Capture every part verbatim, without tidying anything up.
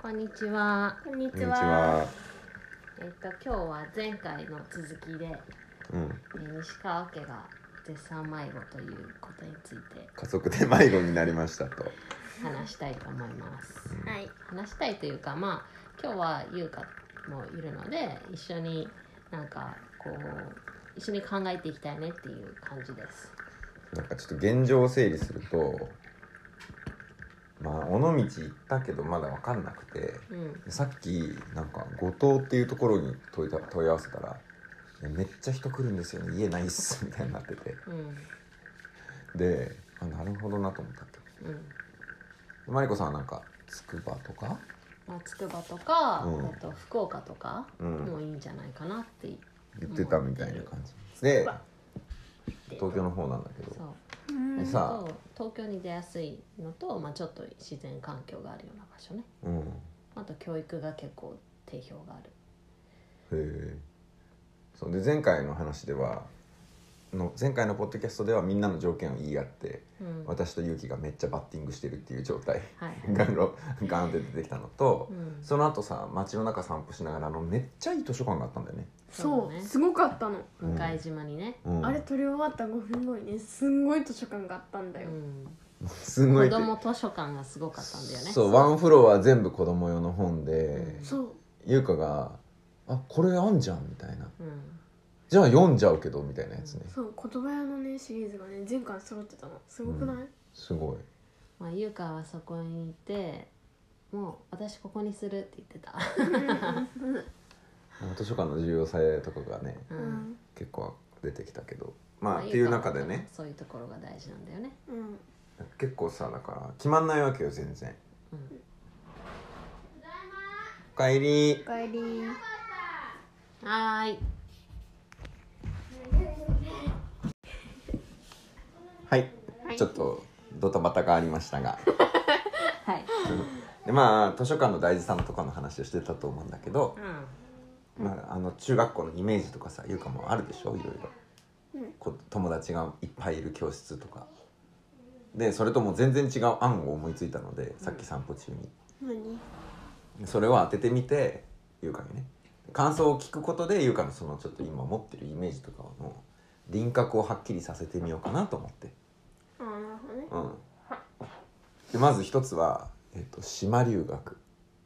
こんにちは。 こんにちこんにちは。 は。 えっと今日は前回の続きで、 うん、 えー西川家が絶賛迷子ということについて家族で迷子になりましたと。 話したいと思います。 はい。 話したいというか、まあ今日は優香もいるので一緒になんかこう一緒に考えていきたいねっていう感じです。 なんかちょっと現状を整理すると、まあ尾道行ったけどまだ分かんなくて、 うん、 さっきなんか後藤っていうところに問いた問い合わせたら、めっちゃ人来るんですよね、家ないっすみたいになってて、 うん、 で、あ、なるほどなと思ったっけ。 うん。 マリコさんはなんかつくばとか、 まあ、つくばとか、 うんあと福岡とかうんもいいんじゃないかなって言ってたみたいな感じで、 で東京の方なんだけど、 そううんでさ東京に出やすいのと、まあ、ちょっと自然環境があるような場所ね。 うん、へあと教育が結構定評がある。 え。そうで、前回の話ではの前回のポッドキャストではみんなの条件を言い合って、 うん、 私と勇気がめっちゃバッティングしてるっていう状態はいがガンって出てきたのと、 うんその後さ、街の中散歩しながら、あのめっちゃいい図書館があったんだよね。 そう、 だねすごかったの、 うん向島にね、 うん、 あれ撮り終わったごふんごにね、すんごい図書館があったんだよ、 うん、 すごいって子供図書館がすごかったんだよね。 そう、ワンフロア全部子供用の本で、 うんそう優香が「あ、これあんじゃん」みたいな、 うんじゃあ読んじゃうけどみたいなやつね、 そう言葉屋のねシリーズがね全巻揃ってたの、すごくない、 うんすごい。 まあ、優香はそこにいて、もう私ここにするって言ってた。 図書館の重要性とかがね、 ううんん結構出てきたけど、まあまあっていう中でね、 そういうところが大事なんだよね。 うん結構さ、だから決まんないわけよ全然。 うん、 おかえり。 おかえり。 はーい。 はい、 はい、 ちょっとドタバタがありましたがはい。 で、まあ図書館の大事さのとかの話をしてたと思うんだけど、 うまあ、あの中学校のイメージとかさ、優香もあるでしょ、いろいろ、 うんこ友達がいっぱいいる教室とかで、それとも全然違う案を思いついたので、さっき散歩中に何それを当ててみて、優香にね感想を聞くことで、優香のそのちょっと今持ってるイメージとかの輪郭をはっきりさせてみようかなと思って。 ああ、なるほどね。 うんで、まず一つは、えっと、島留学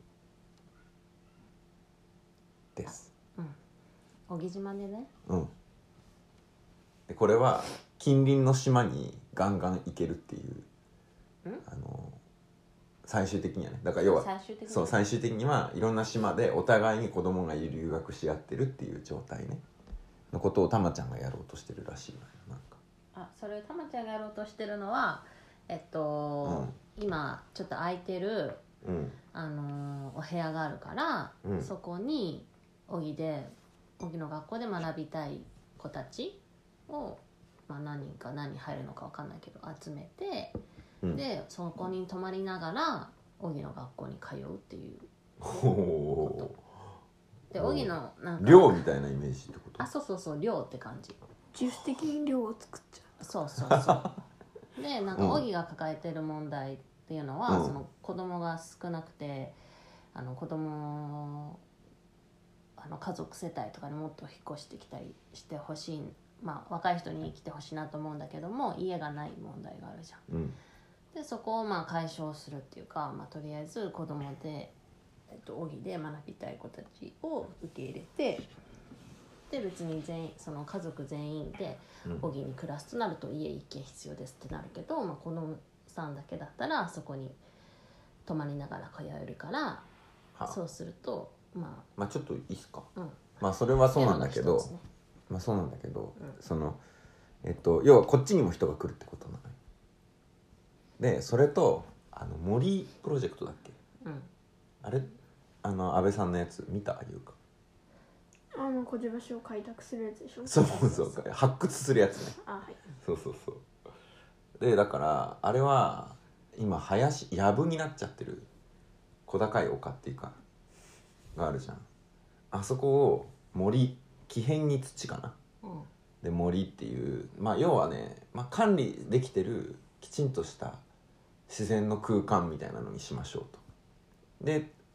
です。 ん。小木島でね。 うんで、これは近隣の島にガンガン行けるっていう、あの最終的にはね、だから要は最終的にそう最終的にはいろんな島でお互いに子供が留学し合ってるっていう状態ねのことをたまちゃんがやろうとしてるらしいのよ。なんかあ、それたまちゃんがやろうとしてるのは、えっと、今ちょっと空いてる、 うんあのーお部屋があるから、 うんそこに小木で小木の学校で学びたい子たちを、まあ、何人か何人入るのか分かんないけど集めて、 うんでそこに泊まりながら小木の学校に通うっていうほで、小木のなんうか寮みたいなイメージってことあ、そうそうそう、寮って感じ。 自主的に量を作っちゃそうそうそうで、なんか小木が抱えてる問題っていうのは、 うんその子供が少なくて、あの子供あの家族世帯とかにもっと引っ越してきたりしてほしい、まあ若い人に来てほしいなと思うんだけども、家がない問題があるじゃん。 うんでそこをまあ解消するっていうか、まあ、とりあえず子供で、えっと、小木で学びたい子たちを受け入れて、で別に全員その家族全員でうん小木に暮らすとなると家一軒必要ですってなるけど、まあ、子供さんだけだったらそこに泊まりながら通えるからはそうするとままあちょっといいっすか。 あ、うん、 まあそれはそうなんだけど、 一つねまあそうなんだけど、 うんそのえっと要はこっちにも人が来るってことなのよ。でそれとあの森プロジェクトだっけ、 うんあれ、あの安倍さんのやつ見た？いうかう。あの小島橋を開拓するやつでしょ。 そうそうそう、発掘するやつね。 あ、はい。 そうそうそうで、だからあれは今林藪になっちゃってる小高い丘っていうかがあるじゃん。あそこを森、木偏に土かなうんで森っていう、まあ要はね、まあ、管理できてるきちんとした自然の空間みたいなのにしましょうと。で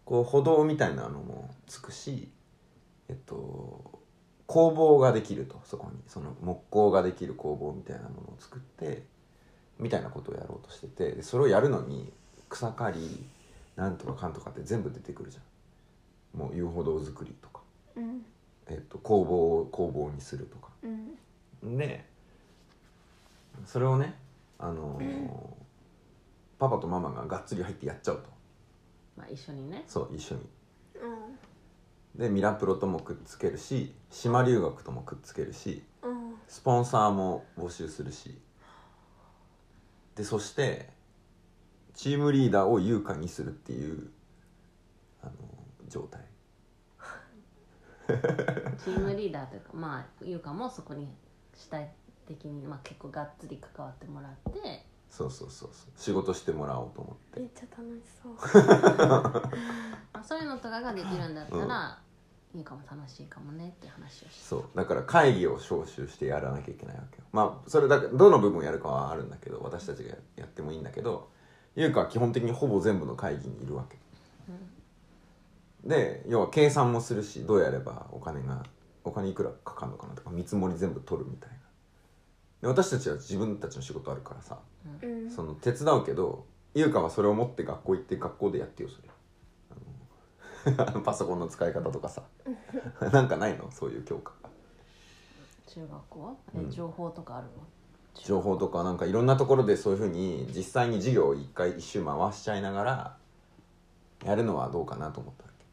こう歩道みたいなのもつくし、えっと工房ができると、そこにその木工ができる工房みたいなものを作ってみたいなことをやろうとしてて、でそれをやるのに草刈りなんとかかんとかって全部出てくるじゃん。もう遊歩道作りとか、 うんえっと、工房を工房にするとかうんで、それをね、あのーうん、パパとママががっつり入ってやっちゃうと、 まあ、一緒にね。 そう一緒に。 うんでミラプロともくっつけるし、島留学ともくっつけるし、 うん、 スポンサーも募集するし、でそしてチームリーダーを優香にするっていうあの状態。 チームリーダーというか、まあ優香もそこに主体的に、まあ、結構がっつり関わってもらって、 そうそうそうそう、仕事してもらおうと思って。 めっちゃ楽しそうまあそういうのとかができるんだったら、うん、優香も楽しいかもねって話をして、 そうだから会議を招集してやらなきゃいけないわけよ。まあそれだけどの部分をやるかはあるんだけど、私たちがやってもいいんだけど、優香は基本的にほぼ全部の会議にいるわけ、うん、で要は計算もするし、どうやればお金がお金いくらかかるのかなとか見積もり全部取るみたいな。で私たちは自分たちの仕事あるからさ、うん、その手伝うけど、優香はそれを持って学校行って学校でやってよそれ。あのパソコンの使い方とかさなんかないのそういう教科。 中学校え、うん、情報とかあるの？ 情報とかなんかいろんなところでそういうふうに実際に授業を一回一周回しちゃいながらやるのはどうかなと思ったわけ。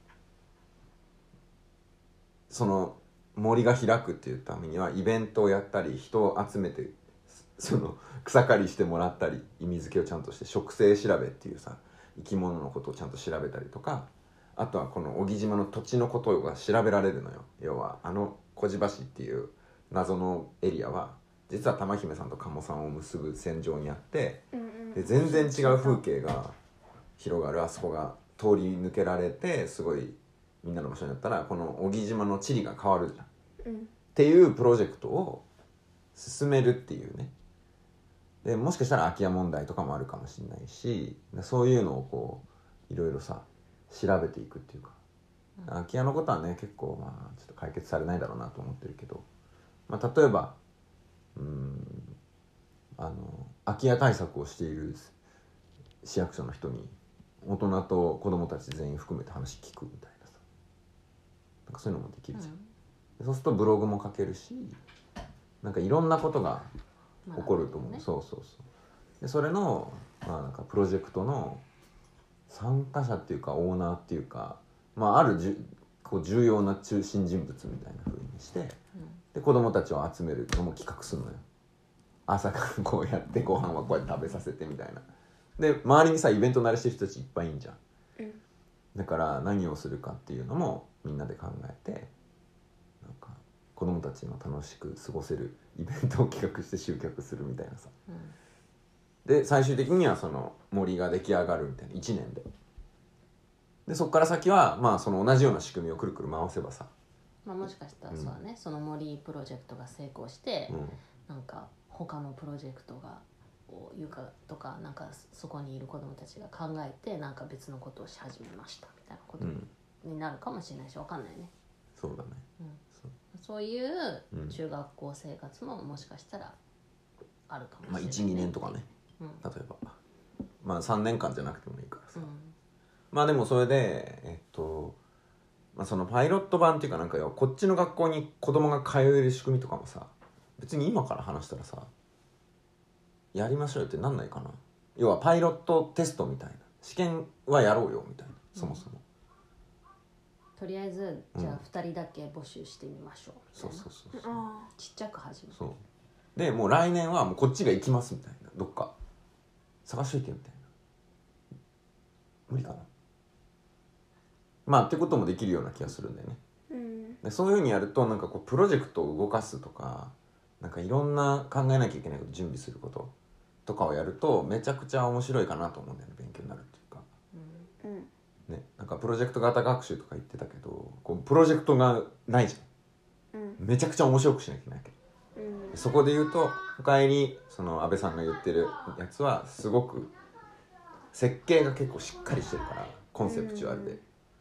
その森が開くっていうためにはイベントをやったり、人を集めてその草刈りしてもらったり、意味付けをちゃんとして植生調べっていうさ、生き物のことをちゃんと調べたりとか、あとはこの小木島の土地のことが調べられるのよ。要はあの小地橋っていう謎のエリアは実は玉姫さんと鴨さんを結ぶ線上にあって、うんうん、で全然違う風景が広がるあそこが通り抜けられて、すごいみんなの場所になったらこの小木島の地理が変わるじゃん、うん、っていうプロジェクトを進めるっていうね。でもしかしたら空き家問題とかもあるかもしれないし、そういうのをこういろいろさ調べていくっていうか、うん、空き家のことはね結構まあちょっと解決されないだろうなと思ってるけど、まあ、例えばうーんあの空き家対策をしている市役所の人に大人と子供たち全員含めて話聞くみたいなさ、なんかそういうのもできるじゃん、うん、そうするとブログも書けるし、なんかいろんなことが起こると思う、ね、そうそうそうでそれの、まあ、なんかプロジェクトの参加者っていうかオーナーっていうか、まあ、あるじゅこう重要な中心人物みたいな風にして、うん、で子供たちを集めるのも企画するのよ。朝からこうやってご飯はこうやって食べさせてみたいな。で周りにさイベント慣れしてる人たちいっぱいいんじゃん、うん、だから何をするかっていうのもみんなで考えて、なんか子供たちの楽しく過ごせるイベントを企画して集客するみたいなさ、うん、で最終的にはその森が出来上がるみたいないちねんで、でそこから先はまあその同じような仕組みをくるくる回せばさ、 まあ、もしかしたらそうだね、うん、その森プロジェクトが成功して、うん、なんか他のプロジェクトがいうかとか、なんかそこにいる子どもたちが考えてなんか別のことをし始めましたみたいなことになるかもしれないし、分かんないね。 そうだね、うん、 そう、そういう中学校生活ももしかしたらあるかもしれない、ね、まあ、いちにねんとかね、うん、例えばまあさんねんかんじゃなくてもいいからさ、うん、まあでもそれでえっと、まあ、そのパイロット版っていうかなんかよ、こっちの学校に子供が通える仕組みとかもさ、別に今から話したらさやりましょうよってなんないかな。要はパイロットテストみたいな、試験はやろうよみたいな、そもそも、うん、とりあえずじゃあふたりだけ募集してみましょうみたいな、そうそうそうそう、ちっちゃく始める。 そうでもう来年はもうこっちが行きますみたいな、どっか探しといてみたいな。無理かな。まあってこともできるような気がするんだよね、うん、でそういうふうにやるとなんかこうプロジェクトを動かすとか、なんかいろんな考えなきゃいけないこと、準備することとかをやるとめちゃくちゃ面白いかなと思うんだよね、勉強になるっていうか、うんね、なんかプロジェクト型学習とか言ってたけど、こうプロジェクトがないじゃん、うん、めちゃくちゃ面白くしなきゃいけないけど、うん、そこで言うとおかえりその安倍さんが言ってるやつはすごく設計が結構しっかりしてるから、コンセプチュアルで、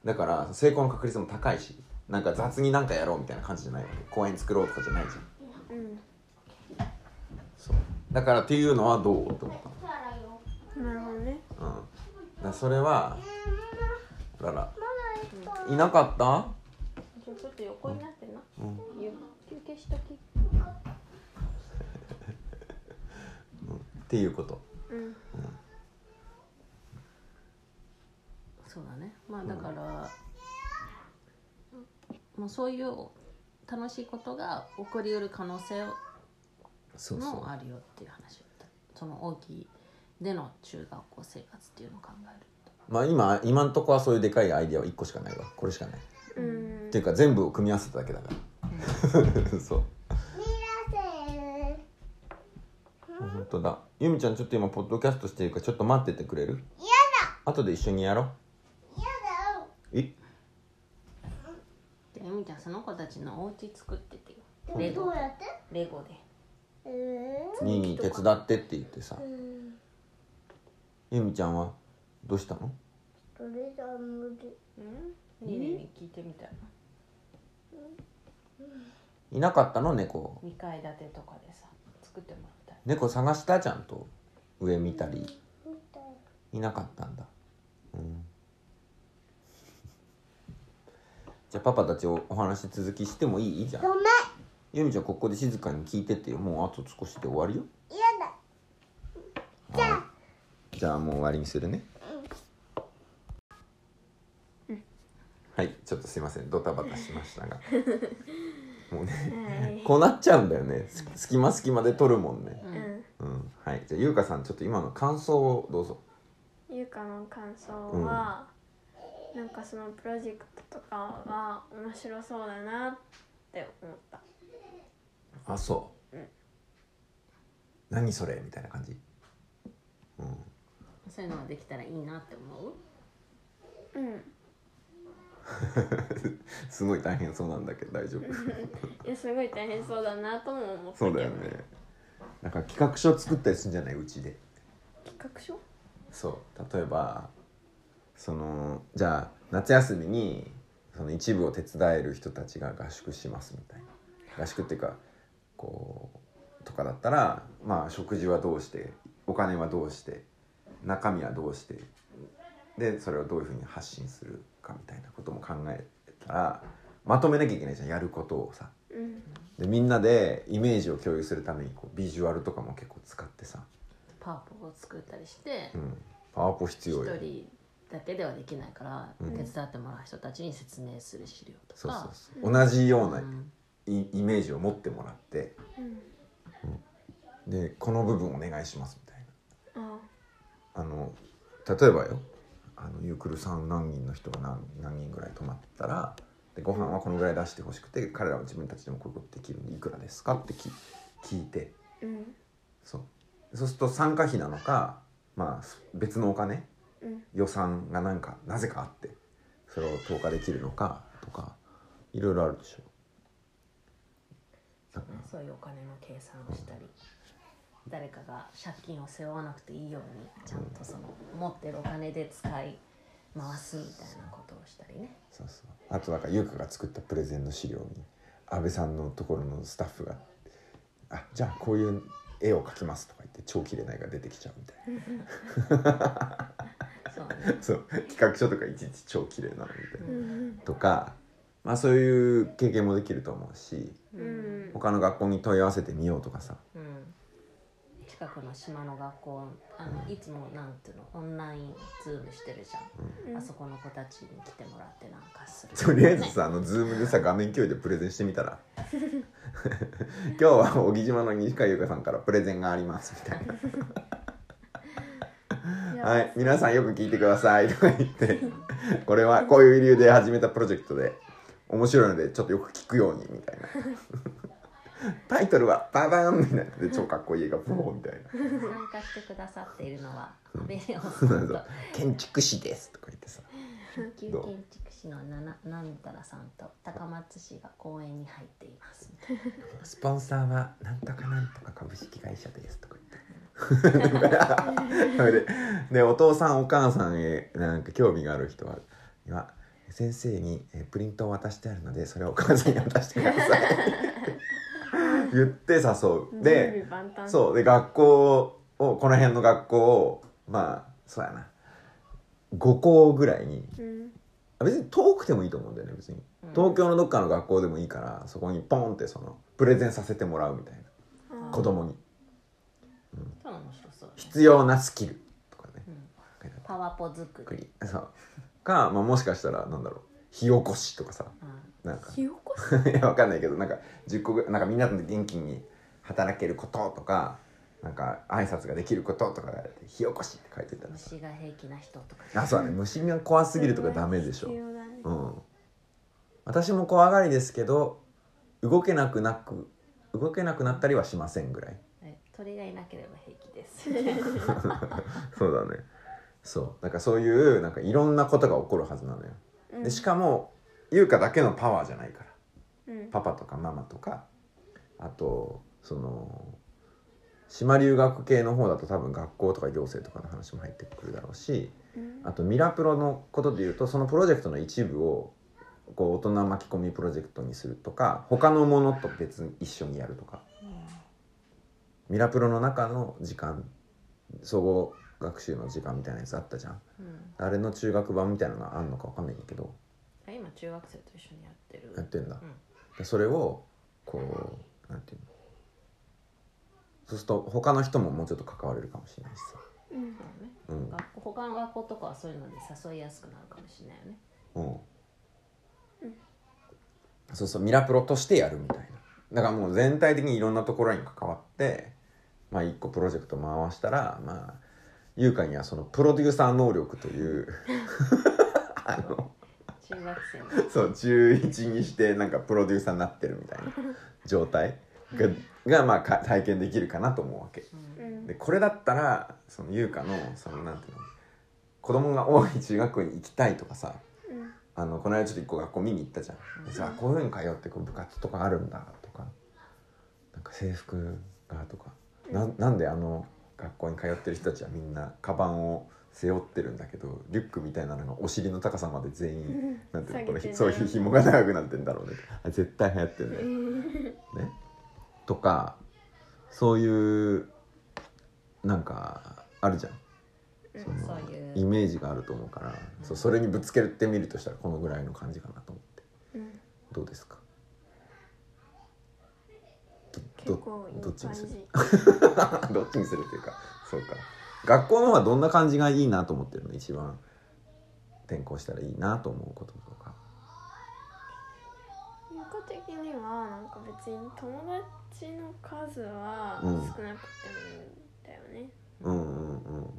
だから成功の確率も高いし、なんか雑になんかやろうみたいな感じじゃないわけ。公園作ろうとかじゃないじゃん。 うんそうだからっていうのはどうって思っなるほどね。 たの。うん。だからそれはあらら、いなかった？ ちょっと横になってな、 うん、 休憩しとき、 うん、っていうこと。 うんうん、 そうだね。まあだから、うん、もうそういう楽しいことが起こりうる可能性そうそうもあるよっていう話を、その大きいでの中学校生活っていうのを考えると、 まあ今今んとこはそういうでかいアイデアはいっこしかないわ。これしかない、 うん、 っていうか全部を組み合わせただけだから、うん、そう本当だ。ゆみちゃんちょっと今ポッドキャストしてるからちょっと待っててくれる？ やだ。 後で一緒にやろう。 やだ。 え？ でゆみちゃんその子たちのお家作っててよ。 でもレゴどうやって？ レゴでえにに手伝ってって言ってさ、 ー、うんゆみちゃんはどうしたの？ それじゃ無理。 うんリリに聞いてみたいな。 いなかったの猫？ にかい建てとかでさ作ってもらったい。 猫探した？ちゃんと上見たりみたい。 いなかったんだ。うんじゃあパパたちおお話続きしてもいい？じゃあごめん。 ゆみちゃんここで静かに聞いててよ。もうあと少しで終わるよ。 やだ。じゃあはいじゃあもう終わりにするね。はいちょっとすいませんドタバタしましたがもうね、 はいこうなっちゃうんだよね。す隙間隙間で撮るもんね。 うんうんはいじゃあゆうかさんちょっと今の感想をどうぞ。 ゆうかの感想は、なんかそのプロジェクトとかが面白そうだなって思った。 あそう、 うん、 何それみたいな感じ。うんそういうのができたらいいなって思う。 うんすごい大変そうなんだけど大丈夫いやすごい大変そうだなとも思ったけどそうだよね。なんか企画書作ったりするんじゃない？うちで。 企画書？ そう例えばそのじゃあ夏休みにその一部を手伝える人たちが合宿しますみたいな。合宿っていうかこうとかだったらまあ食事はどうしてお金はどうして中身はどうしてでそれをどういうふうに発信するかみたいなことも考えたらまとめなきゃいけないじゃんやることをさ。 うんでみんなでイメージを共有するためにこうビジュアルとかも結構使ってさ、 パワポを作ったりして、 うん、パワポ必一要よ。 人だけではできないから、 うん手伝ってもらう人たちに説明する資料とか、 そうそうそう同じようなうんイイメージを持ってもらってうんでこの部分お願いしますみたいな。 ああの例えばよあのゆうくるさん何人の人が 何, 何人ぐらい泊まったらでご飯はこのぐらい出してほしくて彼らは自分たちでもこういうことできるんでいくらですかってき聞いてうんそうそうすると参加費なのか、まあ、別のお金うん予算がなんかなぜかあってそれを投下できるのかとかいろいろあるでしょ。 そうね、そういうお金の計算をしたり、誰かが借金を背負わなくていいようにちゃんとその持ってるお金で使い回すみたいなことをしたりね。 そうそうあとなんか優香が作ったプレゼンの資料に安倍さんのところのスタッフが「あじゃあこういう絵を描きます」とか言って超綺麗な絵が出てきちゃうみたいなそうねそう企画書とかいちいち超綺麗なのみたいな、 うんとか、まあ、そういう経験もできると思うしうん他の学校に問い合わせてみようとかさ。 うん、近くの島の学校あのいつもなんていうのオンラインズームしてるじゃん、 うんあそこの子たちに来てもらってなんかするとりあえずさあのズームでさ画面共有でプレゼンしてみたら今日は小木島の西川優香さんからプレゼンがありますみたいいやなはい皆さんよく聞いてくださいとか言ってこれはこういう理由で始めたプロジェクトで面白いのでちょっとよく聞くようにみたいなタイトルはババーンみたいなで超かっこいい絵がブーみたいな参加してくださっているのは阿部レオさそうんそうと建築士ですとか言ってさ研究建築士のなななんたらさんと高松市が公園に入っていますみたいなスポンサーはなんとかなんとか株式会社ですとか言ってででお父さんお母さんへなんか興味がある人はは先生にえプリントを渡してあるのでそれをお母さんに渡してください言って誘うで準備万端。 そうで学校をこの辺の学校をまあそうやなご校ぐらいにうん別に遠くてもいいと思うんだよね別に東京のどっかの学校でもいいからそこにポンってそのプレゼンさせてもらうみたいな子供に多分面白そうね、 必要なスキルとかねうん、パワポ作クり、 リそうか、まあ、もしかしたらなんだろう火起こしとかさうん、 なんか火起こしいやわかんないけどなんかじゅっこぐらいなんかみんなで元気に働けることとかなんか挨拶ができることとかがあって火起こしって書いてたらさ虫が平気な人とか、 あそうだね虫が怖すぎるとかダメでしょ必要だねうん私も怖がりですけど動けなくなく動けなくなったりはしませんぐらいはい、鳥がいなければ平気ですそうだねそうだからそういうなんかいろんなことが起こるはずなのよ、 うんでしかも優香だけのパワーじゃないからうんパパとかママとかあとその島留学系の方だと多分学校とか行政とかの話も入ってくるだろうしうんあとミラプロのことでいうとそのプロジェクトの一部をこう大人巻き込みプロジェクトにするとか他のものと別に一緒にやるとかミラプロの中の時間総合学習の時間みたいなやつあったじゃんうんうん、 あれの中学版みたいなのがあるのか分かんないんだけどあ今中学生と一緒にやってるやってんだ、 うんでそれをこうなんていうのそうすると他の人ももうちょっと関われるかもしれないしさ、 うんそうね、 うん学校他の学校とかはそういうので誘いやすくなるかもしれないよね。 うんそうそうミラプロとしてやるみたいなだからもう全体的にいろんなところに関わってまあ一個プロジェクト回したらまあ優香にはそのプロデューサー能力というあの中学生のそう中いちにしてなんかプロデューサーになってるみたいな状態ががまあか体験できるかなと思うわけうんでこれだったらその優香のそのなんていうの子供が多い中学校に行きたいとかさうんあのこの間ちょっと一個学校見に行ったじゃんでさこういうふうに通ってこう部活とかあるんだとかなんか制服がとかななんであの学校に通ってる人たちはみんなカバンを背負ってるんだけどリュックみたいなのがお尻の高さまで全員なんていうのこの下げてんだそういう紐が長くなってんだろうねあ絶対流行ってるねねとかそういうなんかあるじゃんそのそういうイメージがあると思うからそうそれにぶつけてみるとしたらこのぐらいの感じかなと思ってうんどうですか結構いいどっちにする感どっちにするっていうかそうか学校の方はどんな感じがいいなと思ってるの一番転校したらいいなと思うこととか優香的にはなんか別に友達の数はうん少なくてもいいんだよね、 うんうんうん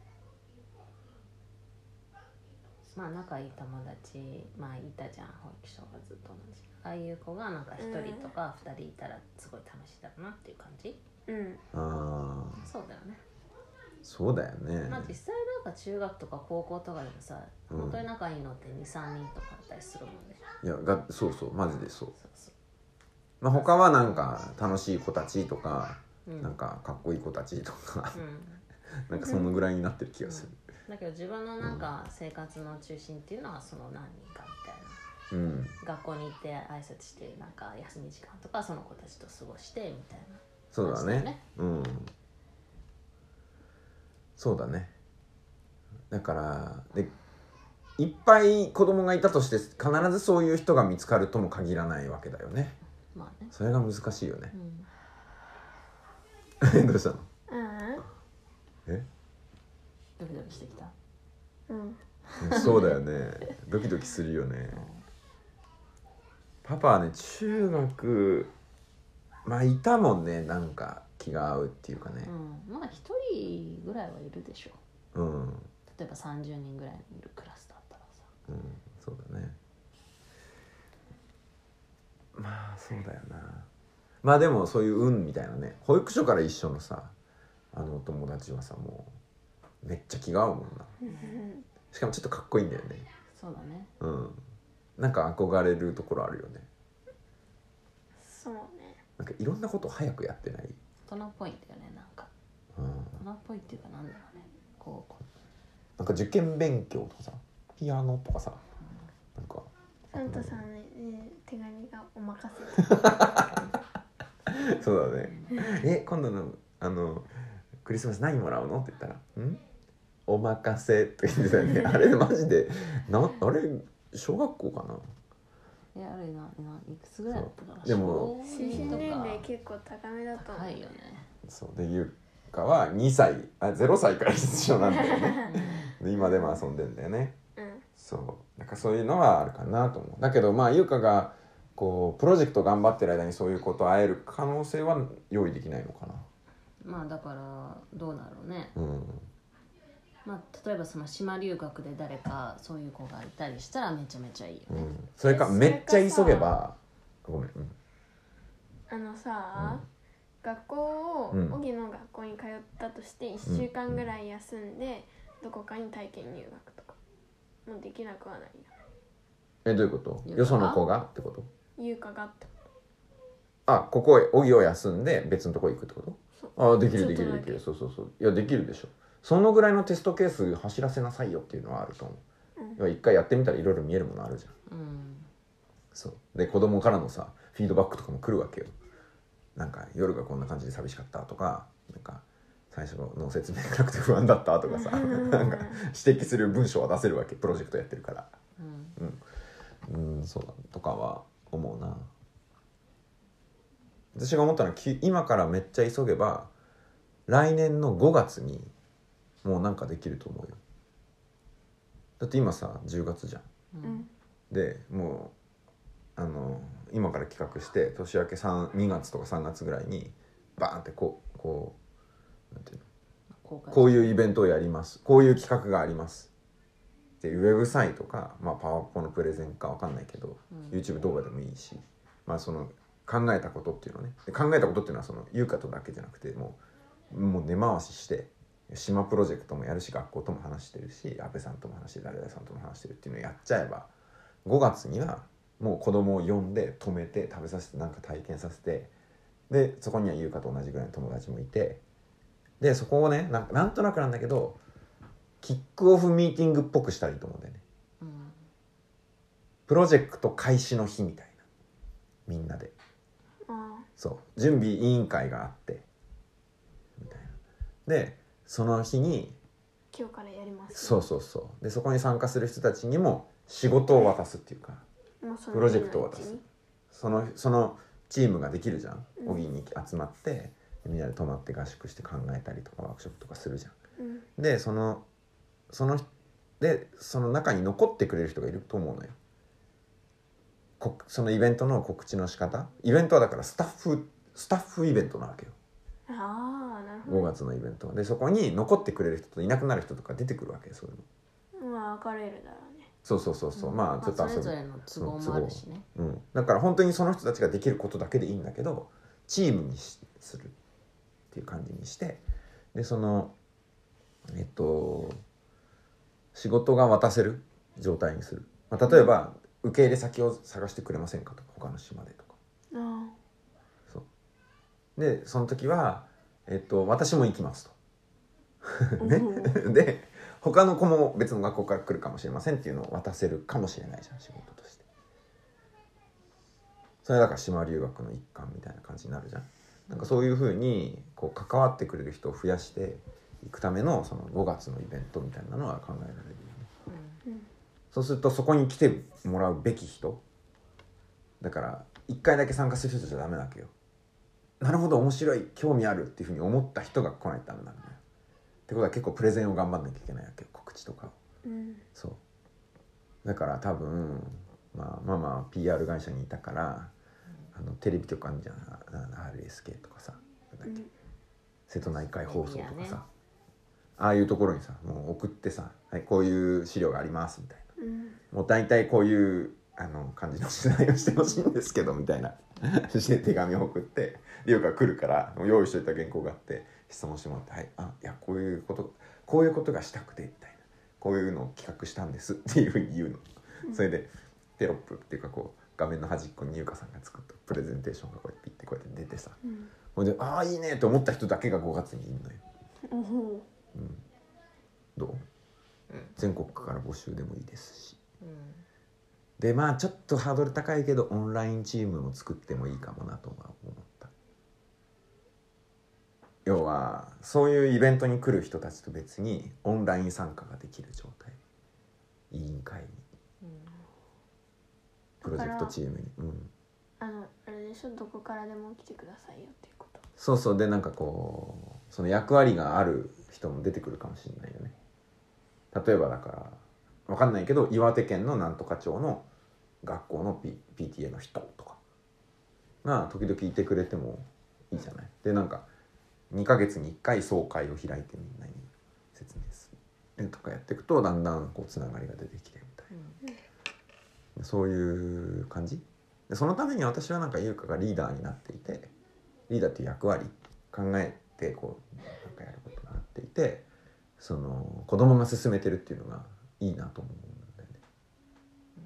まあ仲いい友達まあいたじゃん保育所がずっと同じああいう子がなんか一人とか二人いたらすごい楽しいだろうなっていう感じ、 うんああそうだよね、 そうだよねまあ実際なんか中学とか高校とかでもさ、 うん本当に仲いいのってにさんにんとかあったりするもんね。 いやがそうそうマジでそう、 そうそう、 まあ、他はなんか楽しい子たちとか、 うん、 なんかかっこいい子たちとかうんなんかそのぐらいになってる気がするだけど自分のなんか生活の中心っていうのはその何人かみたいな、 うん学校に行って挨拶してなんか休み時間とかその子たちと過ごしてみたいな。 そうだねそうだねうんそうだねだからでいっぱい子供がいたとして必ずそういう人が見つかるとも限らないわけだよねまあね、 それが難しいよねうん、 どうしたのうんえドキドキしてきた。 うんそうだよねドキドキするよねパパはね中学まあいたもんねなんか気が合うっていうかねうん、まあ一人ぐらいはいるでしょ。 うん例えばさんじゅうにんぐらいいるクラスだったらさ。 うんそうだねまあそうだよなまあでもそういう運みたいなね保育所から一緒のさあのお友達はさもうめっちゃ気が合うもんなしかもちょっとかっこいいんだよねそうだね。 うんなんか憧れるところあるよねそうねなんかいろんなこと早くやってない大人っぽいんだよねなんか。 うん大人っぽいっていうかなんだろうね。こうなんか受験勉強とかさピアノとかさなんサンタさんに手紙がお任せそうだね。え今度のあのクリスマス何もらうのって言ったら「んお任せ」って言ってたよね。あれマジでなあれ小学校かな。 えあれなないくつぐらいだったかな。 でも思春年齢結構高めだと思う。 高いよね。 そうでゆうかはにさいあゼロさいから一緒なんだよね。で今でも遊んでんだよね。 うんそうなんかそういうのはあるかなと思う。だけどまあゆうかがこうプロジェクト頑張ってる間にそういうこと会える可能性は用意できないのかな。 まあだからどうなろうね。 うんまあ例えばその島留学で誰かそういう子がいたりしたらめちゃめちゃいいよね。 うん、それかめっちゃ急げばごめん、うんあのさ、学校をうん荻の学校に通ったとしていっしゅうかんぐらい休んでどこかに体験入学とかもうできなくはないよ。 えどういうことゆうかがよその子がってこと。 優香がってあここへ荻を休んで別のとこ行くってこそうと。あできるできちょっとだけるできるそうそうそういやできるでしょ。そのぐらいのテストケース走らせなさいよっていうのはあると思う。 うん要は一回やってみたらいろいろ見えるものあるじゃん。 うんそうで子供からのさフィードバックとかも来るわけよ。なんか夜がこんな感じで寂しかったとかなんか最初の説明がなくて不安だったとかさなんか指摘する文章は出せるわけプロジェクトやってるからうんうん、うん、そうだとかは思うな。私が思ったのはき今からめっちゃ急げば来年のごがつにもうなんかできると思うよ。だって今さじゅうがつじゃん。 うんでもうあの今から企画して年明けにがつとかさんがつぐらいにバーンってこうこうなんていうの公開こういうイベントをやりますこういう企画がありますっていうウェブサイトか、まあ、パワポのプレゼンかわかんないけど、 うん YouTube 動画でもいいし、まあ、その考えたことっていうのねで考えたことっていうのはその優香とだけじゃなくてもうもう根回しして島プロジェクトもやるし学校とも話してるし安倍さんとも話して誰々さんとも話してるっていうのをやっちゃえばごがつにはもう子供を呼んで泊めて食べさせてなんか体験させてでそこには優香と同じぐらいの友達もいてでそこをねなんかなんとなくなんだけどキックオフミーティングっぽくしたらいいと思うんだよね。 うんプロジェクト開始の日みたいなみんなであそう準備委員会があってみたいなでその日にー今日からやります、 そうそうそうでそこに参加する人たちにも仕事を渡すっていうかもうそのプロジェクトを渡す日のうちにそのそのチームができるじゃんうん小木に集まってみんなで泊まって合宿して考えたりとかワークショップとかするじゃん。 うんでそのそのでその中に残ってくれる人がいると思うのよ。こそのイベントの告知の仕方イベントはだからスタッフスタッフイベントなわけよああなるほどごがつのイベントでそこに残ってくれる人といなくなる人とか出てくるわけそういうのまあ分かれるだろうねそうそうそうそう、まあちょっと遊ぶ、 それぞれの都合もあるしね。 うん、だから本当にその人たちができることだけでいいんだけどチームにしするっていう感じにしてでそのえっと仕事が渡せる状態にする、まあ、例えば受け入れ先を探してくれませんかとか他の島でとかあそうでその時は、えっと、私も行きますとあねうんで他の子も別の学校から来るかもしれませんっていうのを渡せるかもしれないじゃん仕事としてそれだから島留学の一環みたいな感じになるじゃんなんかそういうふうにこう関わってくれる人を増やしていくためのそのごがつのイベントみたいなのは考えられるよねうんそうするとそこに来てもらうべき人だからいっかいだけ参加する人じゃダメなわけよなるほど面白い興味あるっていうふうに思った人が来ないとダメなのよってことは結構プレゼンを頑張んなきゃいけないわけよ告知とかをうんそうだから多分まあまあまあ ピーアール 会社にいたからあのテレビ局あるじゃん アールエスケー とかさなんだっけ瀬戸内海放送とかさ、 メディアねああいうところにさもう送ってさ、はい、こういう資料がありますみたいなうんもう大体こういうあの感じの取材をしてほしいんですけどみたいなして手紙を送ってリオが来るから用意しといた原稿があって質問してもらって「はいあいやこういうことこういうことがしたくて」みたいな「こういうのを企画したんです」っていうふうに言うの、うん、それでテロップっていうかこう画面の端っこに優香さんが作ったプレゼンテーションがこうやってピッてこうやって出てさ、 うん、 ほんで「ああいいね」と思った人だけがごがつにいるのよ、 おほうん、どう、 うん全国から募集でもいいですしうんでまあちょっとハードル高いけどオンラインチームも作ってもいいかもなとは思った。要はそういうイベントに来る人たちと別にオンライン参加ができる状態、委員会に、 うん、 プロジェクトチームに、うん、 あのあれでしょ、どこからでも来てくださいよっていうこと。 そうそう。でなんかこうその役割がある人も出てくるかもしれないよね。例えばだから分かんないけど岩手県のなんとか町の学校の、P、ピーティーエー の人とかが時々いてくれてもいいじゃない。でなんかにかげつにいっかい総会を開いてみんなに説明するとかやっていくとだんだんこうつながりが出てきてみたいな、うん、そういう感じで、そのために私はなんか優香がリーダーになっていて、リーダーっていう役割考えてこうなんかやることがなっていて、その子供が進めてるっていうのがいいなと思うんだよね、うん、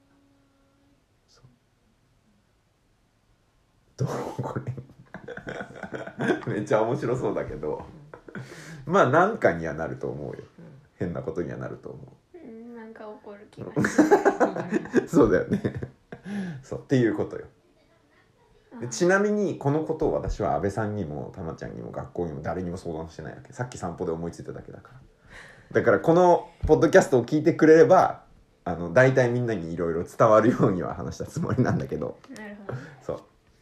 そうどうこれめっちゃ面白そうだけどまあ何かにはなると思うよ、うん、変なことにはなると思う、 うん、なんか怒る気がするそうだよねそうっていうことよ。でちなみにこのことを私は安倍さんにもたまちゃんにも学校にも誰にも相談してないわけ。さっき散歩で思いついただけだから。だからこのポッドキャストを聞いてくれればあの大体みんなにいろいろ伝わるようには話したつもりなんだけど。 なるほど。 そう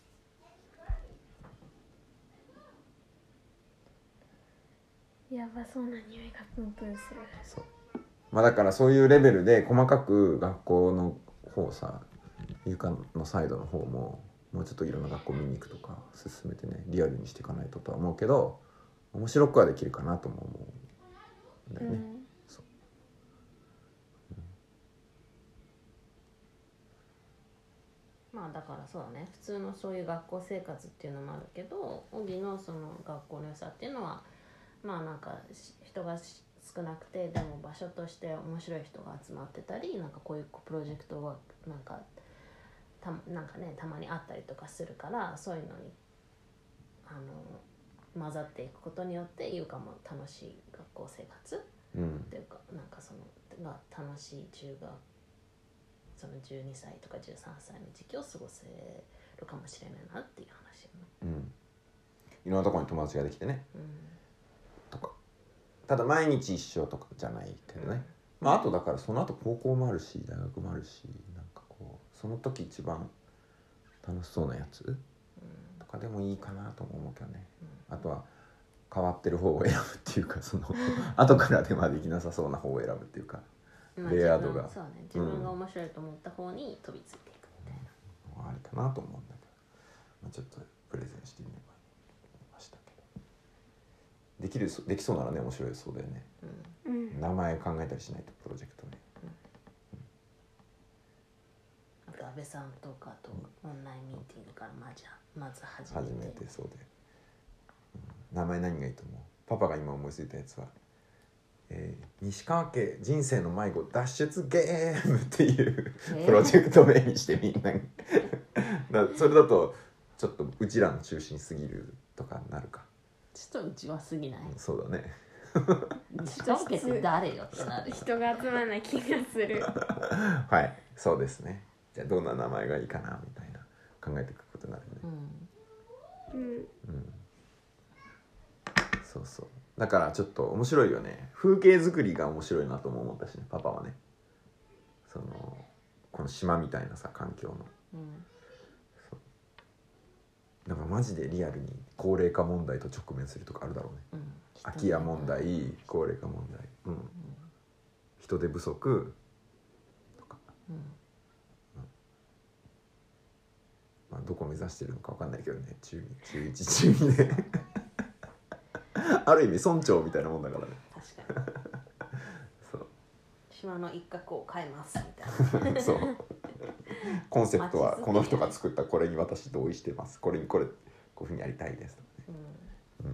やばそうな匂いがプンプンする。 そう、まあ、だからそういうレベルで細かく学校の方さ、床のサイドの方ももうちょっといろんな学校見に行くとか進めてねリアルにしていかないととは思うけど、面白くはできるかなとも思うんだよね、うん、そう、 うん、まあだからそうだね、普通のそういう学校生活っていうのもあるけど、荻のその学校の良さっていうのはまあなんか人が少なくてでも場所として面白い人が集まってたり、なんかこういうプロジェクトがなんかたなんかねたまにあったりとかするから、そういうのにあの混ざっていくことによって優香も楽しい学校生活、うん、っていうかなんかそのが楽しい中学そのじゅうにさいとかじゅうさんさいの時期を過ごせるかもしれないなっていう話よね、 うん、いろんなところに友達ができてね、うん、とかただ毎日一緒とかじゃないけどね、うん、まああとだからその後高校もあるし大学もあるし、なんかこうその時一番楽しそうなやつ、うん、とかでもいいかなとも思うけどね、うん、あとは変わってる方を選ぶっていうか、その後からではできなさそうな方を選ぶっていうか、 まあ、 レイヤードがそうね、自分が面白いと思った方に飛びついていくみたいな、 うん、ありかなと思うんだけど、まあ、ちょっとプレゼンしてみればいましたけど、できるできそうならね面白いそうだよね、うん、名前考えたりしないとプロジェクトで、うんうん、あと安倍さんとかとオンラインミーティングからまじゃまず始めて始めてそうで、うん、名前何がいいと思う？パパが今思いついたやつは、えー、西川家人生の迷子脱出ゲームっていうプロジェクト名にしてみんなにだそれだとちょっとうちらの中心すぎるとかになるか。 ちょっとうちはすぎない、 うん、そうだね西川家って誰よってなる人が集まらない気がするはいそうですね。じゃあどんな名前がいいかなみたいな考えていくことになるね、うん、うんうんそうそう、だからちょっと面白いよね。風景作りが面白いなとも思ったしね、パパはね。そのこの島みたいなさ環境の、うん、そうなんかマジでリアルに高齢化問題と直面するとかあるだろうね、うん、空き家問題、高齢化問題、うんうん、人手不足とか、うんうんまあ、どこ目指してるのか分かんないけどね、中に中いち中にである意味村長みたいなもんだからね。 確かにそう島の一角を変えますみたいなそうコンセプトはこの人が作ったこれに私同意してます、これにこれこういうふうにやりたいですとかね、うんうん、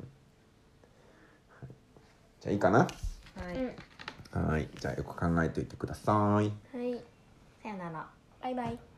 じゃあいいかな。 はい、 はい、じゃあよく考えておいてください。 はい、さよなら、バイバイ。